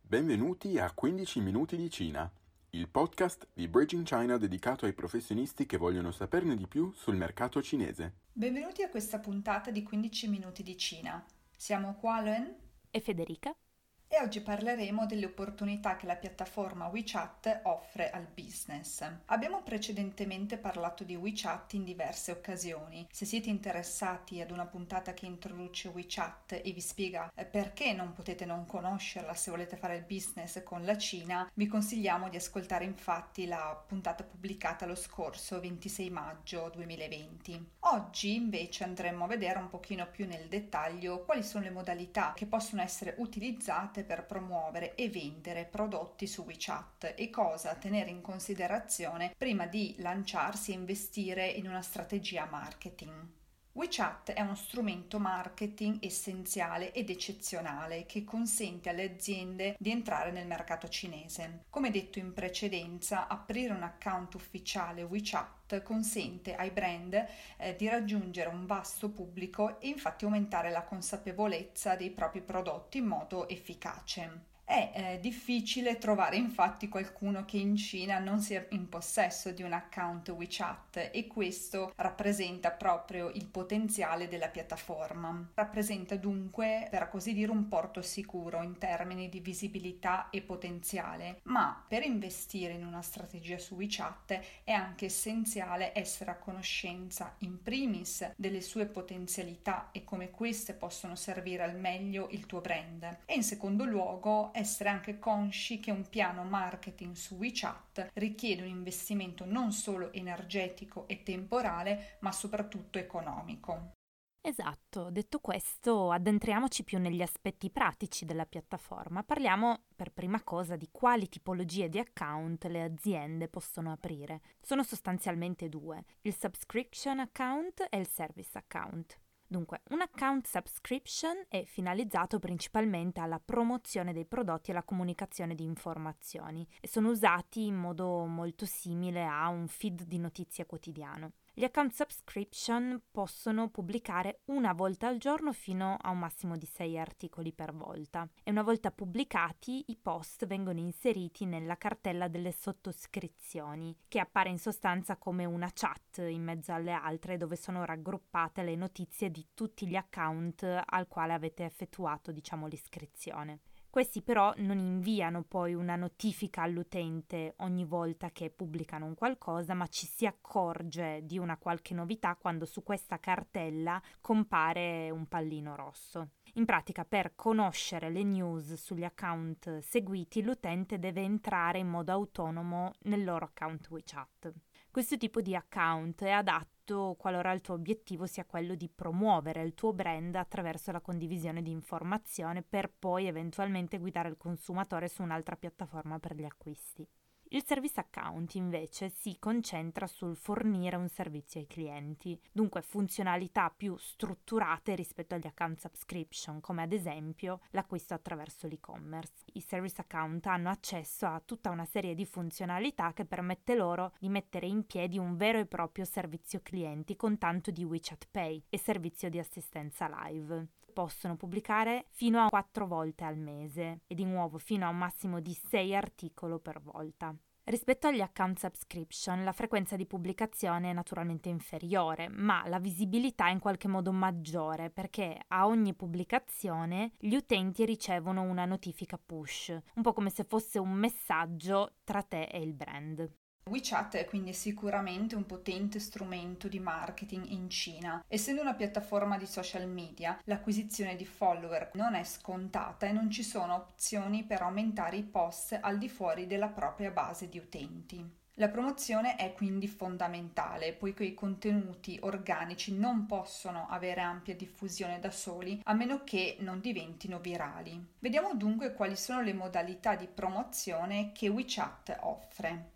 Benvenuti a 15 minuti di Cina, il podcast di Bridging China dedicato ai professionisti che vogliono saperne di più sul mercato cinese. Benvenuti a questa puntata di 15 minuti di Cina. Siamo Hua Luen e Federica e oggi parleremo delle opportunità che la piattaforma WeChat offre al business. Abbiamo precedentemente parlato di WeChat in diverse occasioni. Se siete interessati ad una puntata che introduce WeChat e vi spiega perché non potete non conoscerla se volete fare il business con la Cina, vi consigliamo di ascoltare infatti la puntata pubblicata lo scorso 26 maggio 2020. Oggi invece andremo a vedere un pochino più nel dettaglio quali sono le modalità che possono essere utilizzate per promuovere e vendere prodotti su WeChat e cosa tenere in considerazione prima di lanciarsi e investire in una strategia marketing. WeChat è uno strumento marketing essenziale ed eccezionale che consente alle aziende di entrare nel mercato cinese. Come detto in precedenza, aprire un account ufficiale WeChat consente ai brand di raggiungere un vasto pubblico e infatti aumentare la consapevolezza dei propri prodotti in modo efficace. È difficile trovare infatti qualcuno che in Cina non sia in possesso di un account WeChat e questo rappresenta proprio il potenziale della piattaforma. Rappresenta dunque, per così dire, un porto sicuro in termini di visibilità e potenziale, ma per investire in una strategia su WeChat è anche essenziale essere a conoscenza in primis delle sue potenzialità e come queste possono servire al meglio il tuo brand e in secondo luogo essere anche consci che un piano marketing su WeChat richiede un investimento non solo energetico e temporale, ma soprattutto economico. Esatto, detto questo, addentriamoci più negli aspetti pratici della piattaforma. Parliamo per prima cosa di quali tipologie di account le aziende possono aprire. Sono sostanzialmente due, il subscription account e il service account. Dunque, un account subscription è finalizzato principalmente alla promozione dei prodotti e alla comunicazione di informazioni e sono usati in modo molto simile a un feed di notizie quotidiano. Gli account subscription possono pubblicare una volta al giorno fino a un massimo di 6 articoli per volta e una volta pubblicati i post vengono inseriti nella cartella delle sottoscrizioni, che appare in sostanza come una chat in mezzo alle altre dove sono raggruppate le notizie di tutti gli account al quale avete effettuato, l'iscrizione. Questi però non inviano poi una notifica all'utente ogni volta che pubblicano un qualcosa, ma ci si accorge di una qualche novità quando su questa cartella compare un pallino rosso. In pratica, per conoscere le news sugli account seguiti, l'utente deve entrare in modo autonomo nel loro account WeChat. Questo tipo di account è adatto qualora il tuo obiettivo sia quello di promuovere il tuo brand attraverso la condivisione di informazione per poi eventualmente guidare il consumatore su un'altra piattaforma per gli acquisti. Il service account invece si concentra sul fornire un servizio ai clienti, dunque funzionalità più strutturate rispetto agli account subscription, come ad esempio l'acquisto attraverso l'e-commerce. I service account hanno accesso a tutta una serie di funzionalità che permette loro di mettere in piedi un vero e proprio servizio clienti con tanto di WeChat Pay e servizio di assistenza live. Possono pubblicare fino a 4 volte al mese e di nuovo fino a un massimo di 6 articoli per volta. Rispetto agli account subscription, la frequenza di pubblicazione è naturalmente inferiore, ma la visibilità è in qualche modo maggiore perché a ogni pubblicazione gli utenti ricevono una notifica push, un po' come se fosse un messaggio tra te e il brand. WeChat è quindi sicuramente un potente strumento di marketing in Cina. Essendo una piattaforma di social media, l'acquisizione di follower non è scontata e non ci sono opzioni per aumentare i post al di fuori della propria base di utenti. La promozione è quindi fondamentale, poiché i contenuti organici non possono avere ampia diffusione da soli, a meno che non diventino virali. Vediamo dunque quali sono le modalità di promozione che WeChat offre.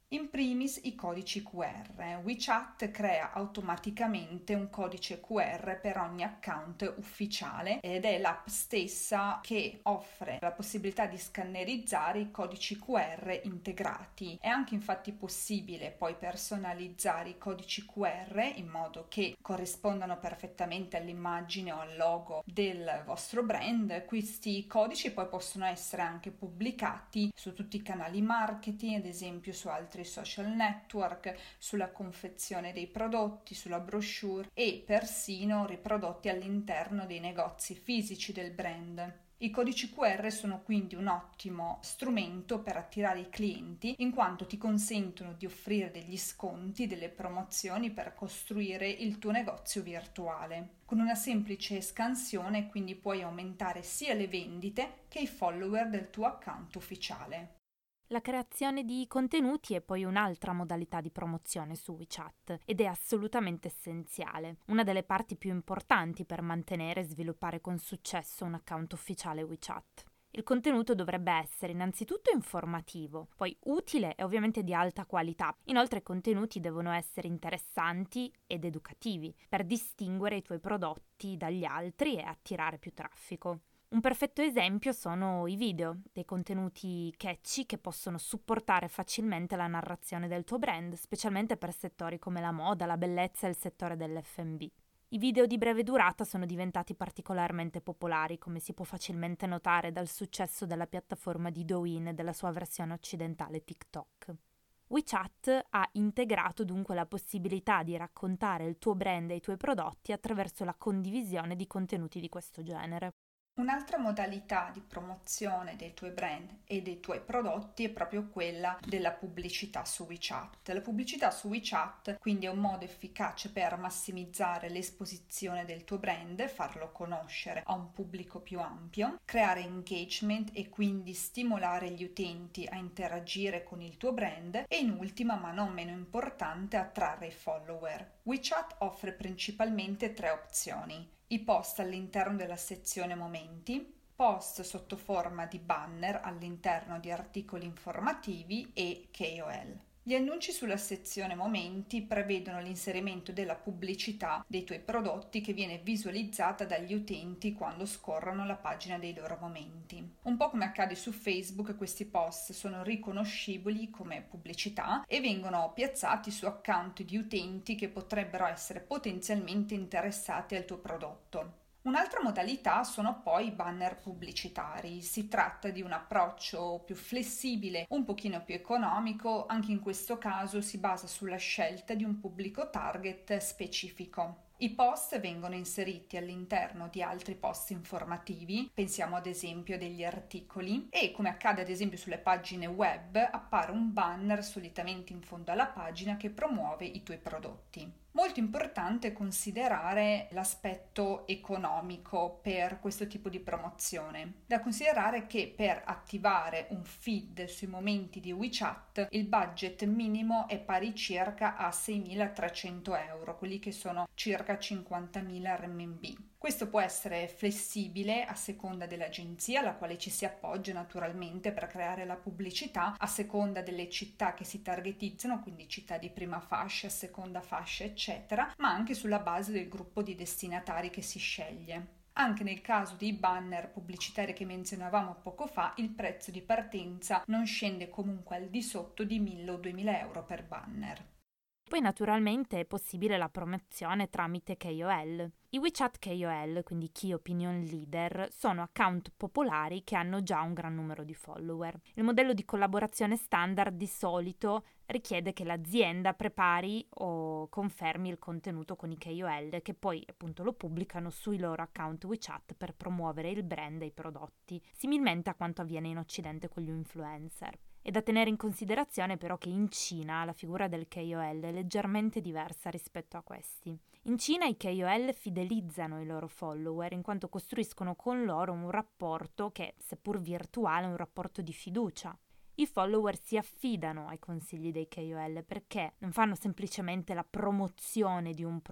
In primis i codici QR. WeChat crea automaticamente un codice QR per ogni account ufficiale ed è l'app stessa che offre la possibilità di scannerizzare i codici QR integrati. È anche infatti possibile poi personalizzare i codici QR in modo che corrispondano perfettamente all'immagine o al logo del vostro brand. Questi codici poi possono essere anche pubblicati su tutti i canali marketing, ad esempio su altri social network, sulla confezione dei prodotti, sulla brochure e persino riprodotti all'interno dei negozi fisici del brand. I codici QR sono quindi un ottimo strumento per attirare i clienti, in quanto ti consentono di offrire degli sconti, delle promozioni per costruire il tuo negozio virtuale. Con una semplice scansione quindi puoi aumentare sia le vendite che i follower del tuo account ufficiale. La creazione di contenuti è poi un'altra modalità di promozione su WeChat ed è assolutamente essenziale, una delle parti più importanti per mantenere e sviluppare con successo un account ufficiale WeChat. Il contenuto dovrebbe essere innanzitutto informativo, poi utile e ovviamente di alta qualità. Inoltre i contenuti devono essere interessanti ed educativi per distinguere i tuoi prodotti dagli altri e attirare più traffico. Un perfetto esempio sono i video, dei contenuti catchy che possono supportare facilmente la narrazione del tuo brand, specialmente per settori come la moda, la bellezza e il settore dell'F&B. I video di breve durata sono diventati particolarmente popolari, come si può facilmente notare dal successo della piattaforma di Douyin e della sua versione occidentale TikTok. WeChat ha integrato dunque la possibilità di raccontare il tuo brand e i tuoi prodotti attraverso la condivisione di contenuti di questo genere. Un'altra modalità di promozione dei tuoi brand e dei tuoi prodotti è proprio quella della pubblicità su WeChat. La pubblicità su WeChat quindi è un modo efficace per massimizzare l'esposizione del tuo brand, farlo conoscere a un pubblico più ampio, creare engagement e quindi stimolare gli utenti a interagire con il tuo brand e in ultima, ma non meno importante, attrarre i follower. WeChat offre principalmente 3 opzioni: i post all'interno della sezione momenti, post sotto forma di banner all'interno di articoli informativi e KOL. Gli annunci sulla sezione momenti prevedono l'inserimento della pubblicità dei tuoi prodotti che viene visualizzata dagli utenti quando scorrono la pagina dei loro momenti. Un po' come accade su Facebook, questi post sono riconoscibili come pubblicità e vengono piazzati su account di utenti che potrebbero essere potenzialmente interessati al tuo prodotto. Un'altra modalità sono poi i banner pubblicitari. Si tratta di un approccio più flessibile, un pochino più economico. Anche in questo caso si basa sulla scelta di un pubblico target specifico. I post vengono inseriti all'interno di altri post informativi, pensiamo ad esempio degli articoli, e come accade ad esempio sulle pagine web appare un banner solitamente in fondo alla pagina che promuove i tuoi prodotti. Molto importante considerare l'aspetto economico per questo tipo di promozione. Da considerare che per attivare un feed sui momenti di WeChat il budget minimo è pari circa a 6.300 euro, quelli che sono circa 50.000 RMB. Questo può essere flessibile a seconda dell'agenzia alla quale ci si appoggia naturalmente per creare la pubblicità, a seconda delle città che si targetizzano, quindi città di prima fascia, seconda fascia, eccetera, ma anche sulla base del gruppo di destinatari che si sceglie. Anche nel caso dei banner pubblicitari che menzionavamo poco fa, il prezzo di partenza non scende comunque al di sotto di 1.000 o 2.000 euro per banner. Poi naturalmente è possibile la promozione tramite KOL. I WeChat KOL, quindi Key Opinion Leader, sono account popolari che hanno già un gran numero di follower. Il modello di collaborazione standard di solito richiede che l'azienda prepari o confermi il contenuto con i KOL che poi appunto lo pubblicano sui loro account WeChat per promuovere il brand e i prodotti, similmente a quanto avviene in Occidente con gli influencer. È da tenere in considerazione però che in Cina la figura del KOL è leggermente diversa rispetto a questi. In Cina i KOL fidelizzano i loro follower in quanto costruiscono con loro un rapporto che, seppur virtuale, è un rapporto di fiducia. I follower si affidano ai consigli dei KOL perché non fanno semplicemente la promozione di un prodotto,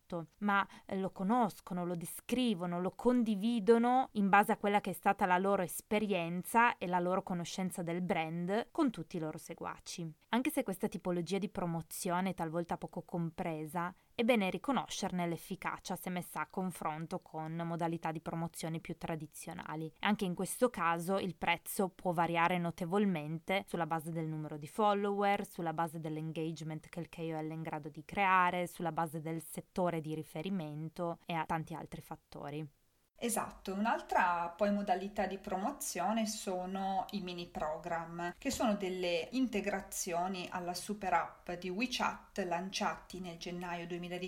prodotto, ma lo conoscono, lo descrivono, lo condividono in base a quella che è stata la loro esperienza e la loro conoscenza del brand con tutti i loro seguaci. Anche se questa tipologia di promozione è talvolta poco compresa, è bene riconoscerne l'efficacia se messa a confronto con modalità di promozione più tradizionali. Anche in questo caso il prezzo può variare notevolmente sulla base del numero di follower, sulla base dell'engagement che il KOL è in grado di creare, sulla base del settore di riferimento e a tanti altri fattori. Esatto, un'altra poi modalità di promozione sono i mini program, che sono delle integrazioni alla super app di WeChat lanciati nel gennaio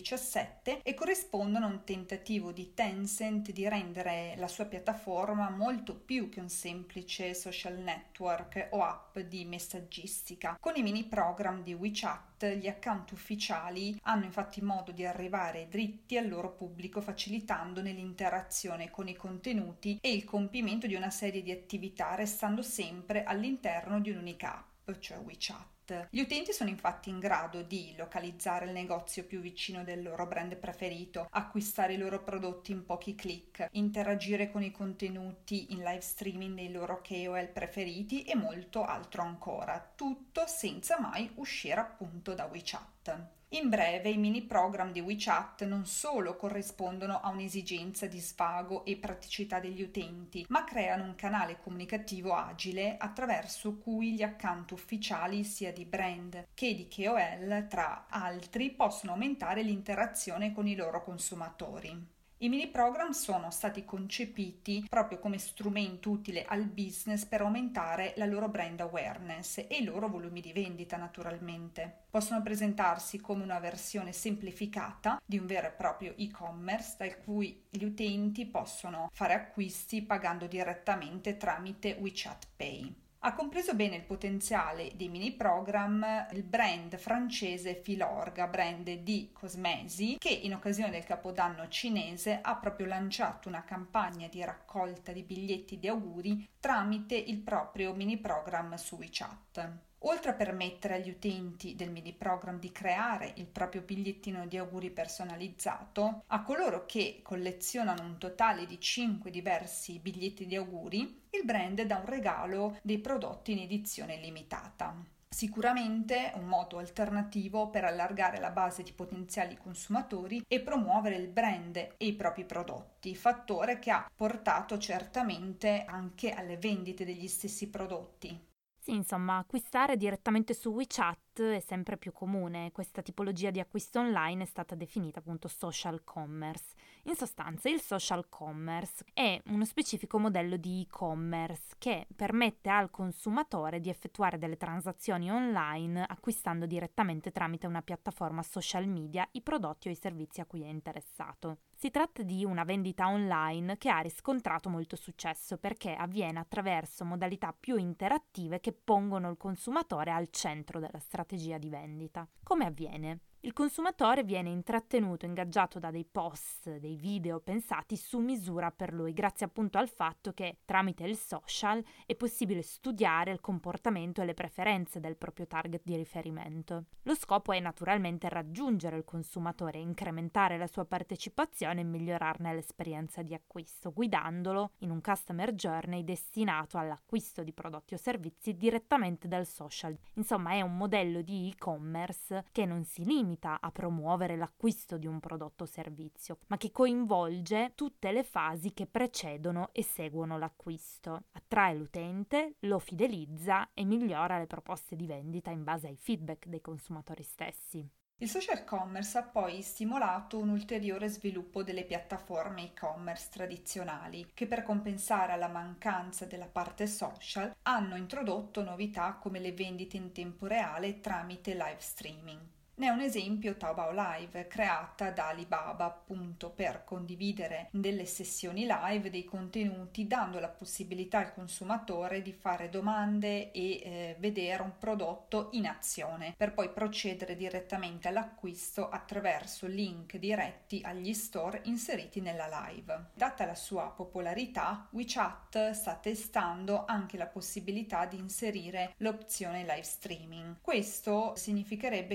2017 e corrispondono a un tentativo di Tencent di rendere la sua piattaforma molto più che un semplice social network o app di messaggistica. Con i mini program di WeChat gli account ufficiali hanno infatti modo di arrivare dritti al loro pubblico, facilitandone l'interazione con i contenuti e il compimento di una serie di attività, restando sempre all'interno di un'unica app, cioè WeChat. Gli utenti sono infatti in grado di localizzare il negozio più vicino del loro brand preferito, acquistare i loro prodotti in pochi click, interagire con i contenuti in live streaming dei loro KOL preferiti e molto altro ancora, tutto senza mai uscire appunto da WeChat. In breve, i mini program di WeChat non solo corrispondono a un'esigenza di svago e praticità degli utenti, ma creano un canale comunicativo agile attraverso cui gli account ufficiali sia di brand che di KOL, tra altri, possono aumentare l'interazione con i loro consumatori. I mini program sono stati concepiti proprio come strumento utile al business per aumentare la loro brand awareness e i loro volumi di vendita naturalmente. Possono presentarsi come una versione semplificata di un vero e proprio e-commerce da cui gli utenti possono fare acquisti pagando direttamente tramite WeChat Pay. Ha compreso bene il potenziale dei mini program il brand francese Filorga, brand di cosmesi, che in occasione del Capodanno cinese ha proprio lanciato una campagna di raccolta di biglietti di auguri tramite il proprio mini program su WeChat. Oltre a permettere agli utenti del mini program di creare il proprio bigliettino di auguri personalizzato, a coloro che collezionano un totale di 5 diversi biglietti di auguri, il brand dà un regalo dei prodotti in edizione limitata. Sicuramente un modo alternativo per allargare la base di potenziali consumatori e promuovere il brand e i propri prodotti, fattore che ha portato certamente anche alle vendite degli stessi prodotti. Sì, insomma, acquistare direttamente su WeChat è sempre più comune. Questa tipologia di acquisto online è stata definita appunto social commerce. In sostanza, il social commerce è uno specifico modello di e-commerce che permette al consumatore di effettuare delle transazioni online acquistando direttamente tramite una piattaforma social media i prodotti o i servizi a cui è interessato. Si tratta di una vendita online che ha riscontrato molto successo perché avviene attraverso modalità più interattive che pongono il consumatore al centro della strategia di vendita. Come avviene? Il consumatore viene intrattenuto, ingaggiato da dei post, dei video pensati su misura per lui, grazie appunto al fatto che tramite il social è possibile studiare il comportamento e le preferenze del proprio target di riferimento. Lo scopo è naturalmente raggiungere il consumatore, incrementare la sua partecipazione e migliorarne l'esperienza di acquisto, guidandolo in un customer journey destinato all'acquisto di prodotti o servizi direttamente dal social. Insomma, è un modello di e-commerce che non si limita a promuovere l'acquisto di un prodotto o servizio, ma che coinvolge tutte le fasi che precedono e seguono l'acquisto. Attrae l'utente, lo fidelizza e migliora le proposte di vendita in base ai feedback dei consumatori stessi. Il social commerce ha poi stimolato un ulteriore sviluppo delle piattaforme e-commerce tradizionali, che per compensare alla mancanza della parte social hanno introdotto novità come le vendite in tempo reale tramite live streaming. Ne è un esempio Taobao Live, creata da Alibaba appunto per condividere delle sessioni live dei contenuti, dando la possibilità al consumatore di fare domande e vedere un prodotto in azione, per poi procedere direttamente all'acquisto attraverso link diretti agli store inseriti nella live. Data la sua popolarità, WeChat sta testando anche la possibilità di inserire l'opzione live streaming. Questo significherebbe che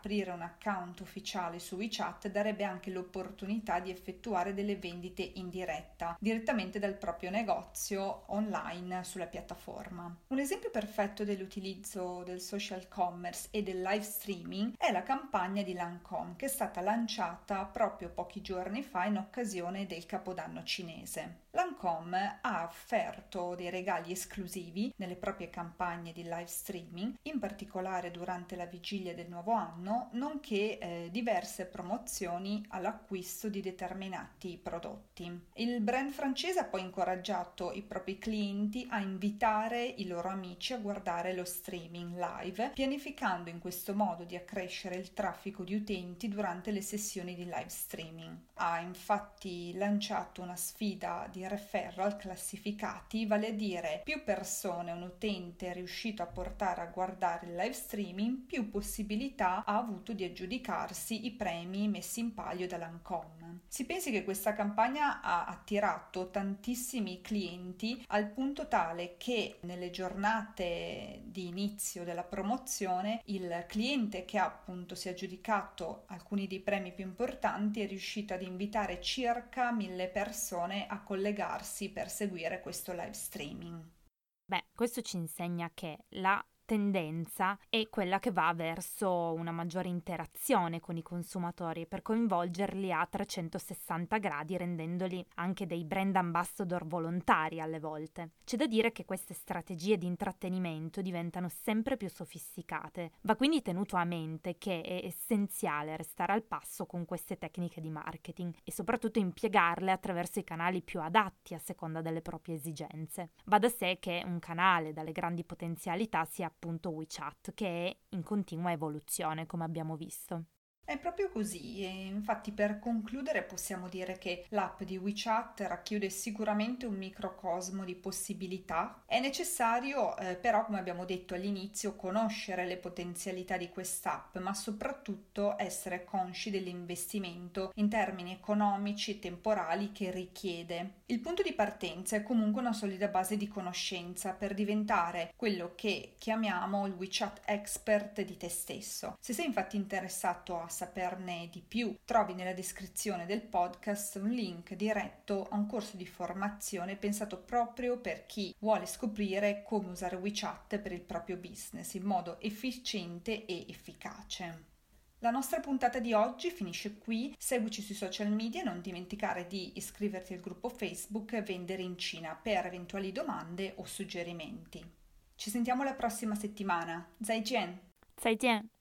aprire un account ufficiale su WeChat darebbe anche l'opportunità di effettuare delle vendite in diretta, direttamente dal proprio negozio online sulla piattaforma. Un esempio perfetto dell'utilizzo del social commerce e del live streaming è la campagna di Lancôme, che è stata lanciata proprio pochi giorni fa in occasione del Capodanno cinese. Lancôme ha offerto dei regali esclusivi nelle proprie campagne di live streaming, in particolare durante la vigilia del nuovo anno, nonché diverse promozioni all'acquisto di determinati prodotti. Il brand francese ha poi incoraggiato i propri clienti a invitare i loro amici a guardare lo streaming live, pianificando in questo modo di accrescere il traffico di utenti durante le sessioni di live streaming. Ha infatti lanciato una sfida di referral classificati, vale a dire più persone un utente è riuscito a portare a guardare il live streaming, più possibilità ha avuto di aggiudicarsi i premi messi in palio da Lancôme. Si pensi che questa campagna ha attirato tantissimi clienti al punto tale che nelle giornate di inizio della promozione il cliente che appunto si è aggiudicato alcuni dei premi più importanti è riuscito ad invitare circa 1000 persone a collegarsi per seguire questo live streaming. Beh, questo ci insegna che la tendenza è quella che va verso una maggiore interazione con i consumatori per coinvolgerli a 360 gradi, rendendoli anche dei brand ambassador volontari alle volte. C'è da dire che queste strategie di intrattenimento diventano sempre più sofisticate. Va quindi tenuto a mente che è essenziale restare al passo con queste tecniche di marketing e soprattutto impiegarle attraverso i canali più adatti a seconda delle proprie esigenze. Va da sé che un canale dalle grandi potenzialità sia appunto WeChat, che è in continua evoluzione, come abbiamo visto. È proprio così, e infatti per concludere possiamo dire che l'app di WeChat racchiude sicuramente un microcosmo di possibilità. È necessario però, come abbiamo detto all'inizio, conoscere le potenzialità di quest'app, ma soprattutto essere consci dell'investimento in termini economici e temporali che richiede. Il punto di partenza è comunque una solida base di conoscenza per diventare quello che chiamiamo il WeChat expert di te stesso. Se sei infatti interessato a saperne di più, trovi nella descrizione del podcast un link diretto a un corso di formazione pensato proprio per chi vuole scoprire come usare WeChat per il proprio business in modo efficiente e efficace. La nostra puntata di oggi finisce qui. Seguici sui social media e non dimenticare di iscriverti al gruppo Facebook Vendere in Cina per eventuali domande o suggerimenti. Ci sentiamo la prossima settimana. 再见! 再见!